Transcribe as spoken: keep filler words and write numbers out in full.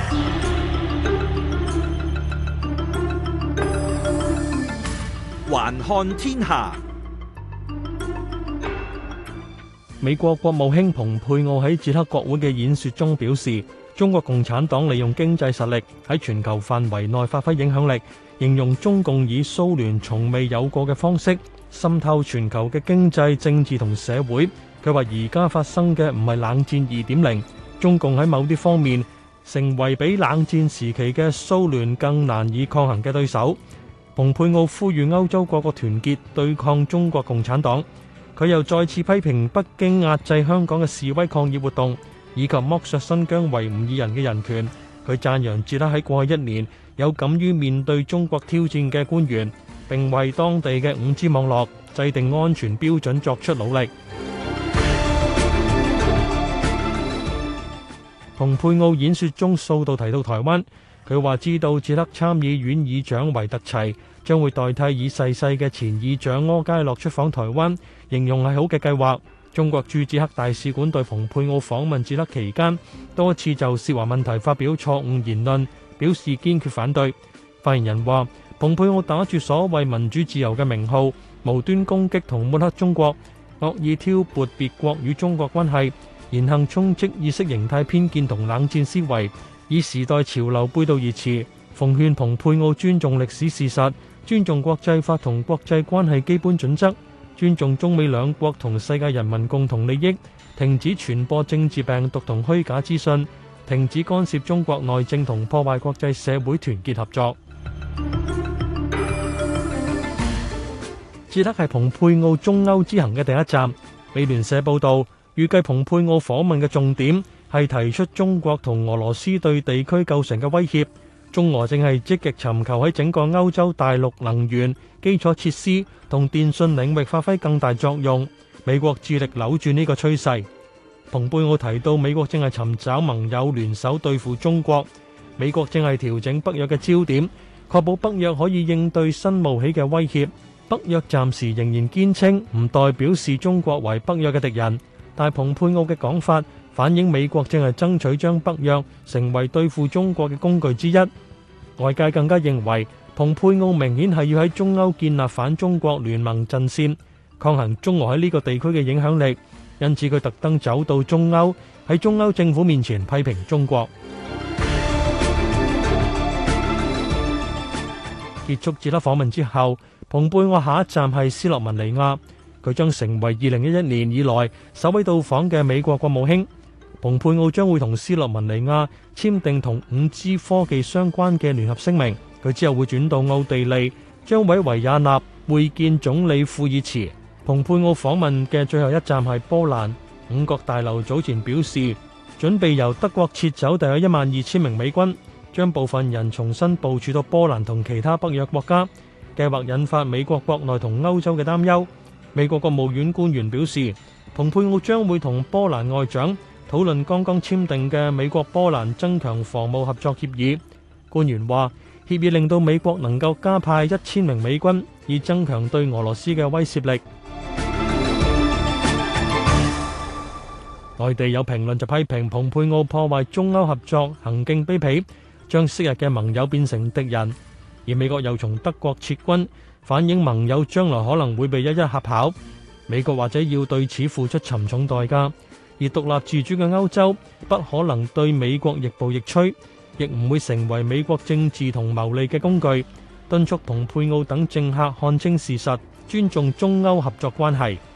環看天下。 美國國務卿蓬佩奧喺捷克國會嘅演說中表示，中國共產黨利用經濟實力喺全球範圍內發揮影響力，形容中共以蘇聯從未有過嘅方式滲透全球嘅經濟、政治同社會。佢話而家發生嘅唔係冷戰二點零，中共喺某啲方面成為比冷戰時期嘅蘇聯更難以抗衡嘅對手。蓬佩奧呼籲歐洲各國團結對抗中國共產黨。佢又再次批評北京壓制香港嘅示威抗議活動，以及剝削新疆維吾爾人嘅人權。佢讚揚捷克喺過去一年有敢於面對中國挑戰嘅官員，並為當地嘅五 G 網絡制定安全標準作出努力。蓬佩奧演說中數度提到台灣，佢話知道捷克參議院議長維特齊將會代替已逝世嘅前議長柯佳洛出訪台灣，形容係好嘅計劃。中國駐捷克大使館對蓬佩奧訪問捷克期間多次就涉華問題發表錯誤言論，表示堅決反對。發言人話，蓬佩奧打住所謂民主自由嘅名號，無端攻擊同抹黑中國，惡意挑撥別國與中國關係，言行充斥意識形態偏見同冷戰思維，以時代潮流背道而馳。奉勸蓬佩奧尊重歷史事實，尊重國際法同國際關係基本準則，尊重中美兩國同世界人民共同利益，停止傳播政治病毒同虛假資訊，停止干涉中國內政同破壞國際社會團結合作。捷克係蓬佩奧中歐之行嘅第一站。美聯社報道，預計蓬佩奧訪問嘅重點係提出中國同俄羅斯對地區構成嘅威脅。中俄正係積極尋求喺整個歐洲大陸能源、基礎設施同電信領域發揮更大作用。美國致力扭轉呢個趨勢。蓬佩奧提到，美國正係尋找盟友聯手對付中國。美國正係調整北約嘅焦點，確保北約可以應對新冒起嘅威脅。北約暫時仍然堅稱唔代表視中國為北約嘅敵人，但蓬佩奧嘅講法反映美國正係爭取將北約成為對付中國嘅工具之一。外界更加認為，蓬佩奧明顯係要喺中歐建立反中國聯盟陣線，抗衡中俄喺呢個地區嘅影響力。因此佢特登走到中歐，喺中歐政府面前批評中國。結束捷克訪問之後，蓬佩奧下一站係斯洛文尼亞，佢將成為二零一一年以來首位到訪嘅美國國務卿。蓬佩奧將會同斯洛文尼亞簽訂同五 G 科技相關嘅聯合聲明。佢之後會轉到奧地利，將喺維也納會見總理庫爾茨。蓬佩奧訪問嘅最後一站係波蘭。五角大樓早前表示，準備由德國撤走大約一萬二千名美軍，將部分人重新部署到波蘭同其他北約國家，計劃引發美國國內同歐洲嘅擔憂。美國國務院官員表示，蓬佩奧將會同波蘭外長討論剛剛簽訂嘅美國波蘭增強防務合作協議。官員話，協議令到美國能夠加派一千名美軍，以增強對俄羅斯嘅威懾力。內地有評論就批評蓬佩奧破壞中歐合作行徑卑鄙，將昔日嘅盟友變成敵人。而美國又從德國撤軍，反映盟友將來可能會被一一嚇跑。美國或者要對此付出沉重代價。而獨立自主嘅歐洲不可能對美國亦步亦趨，亦唔會成為美國政治同牟利嘅工具。敦促蓬佩奧等政客看清事實，尊重中歐合作關係。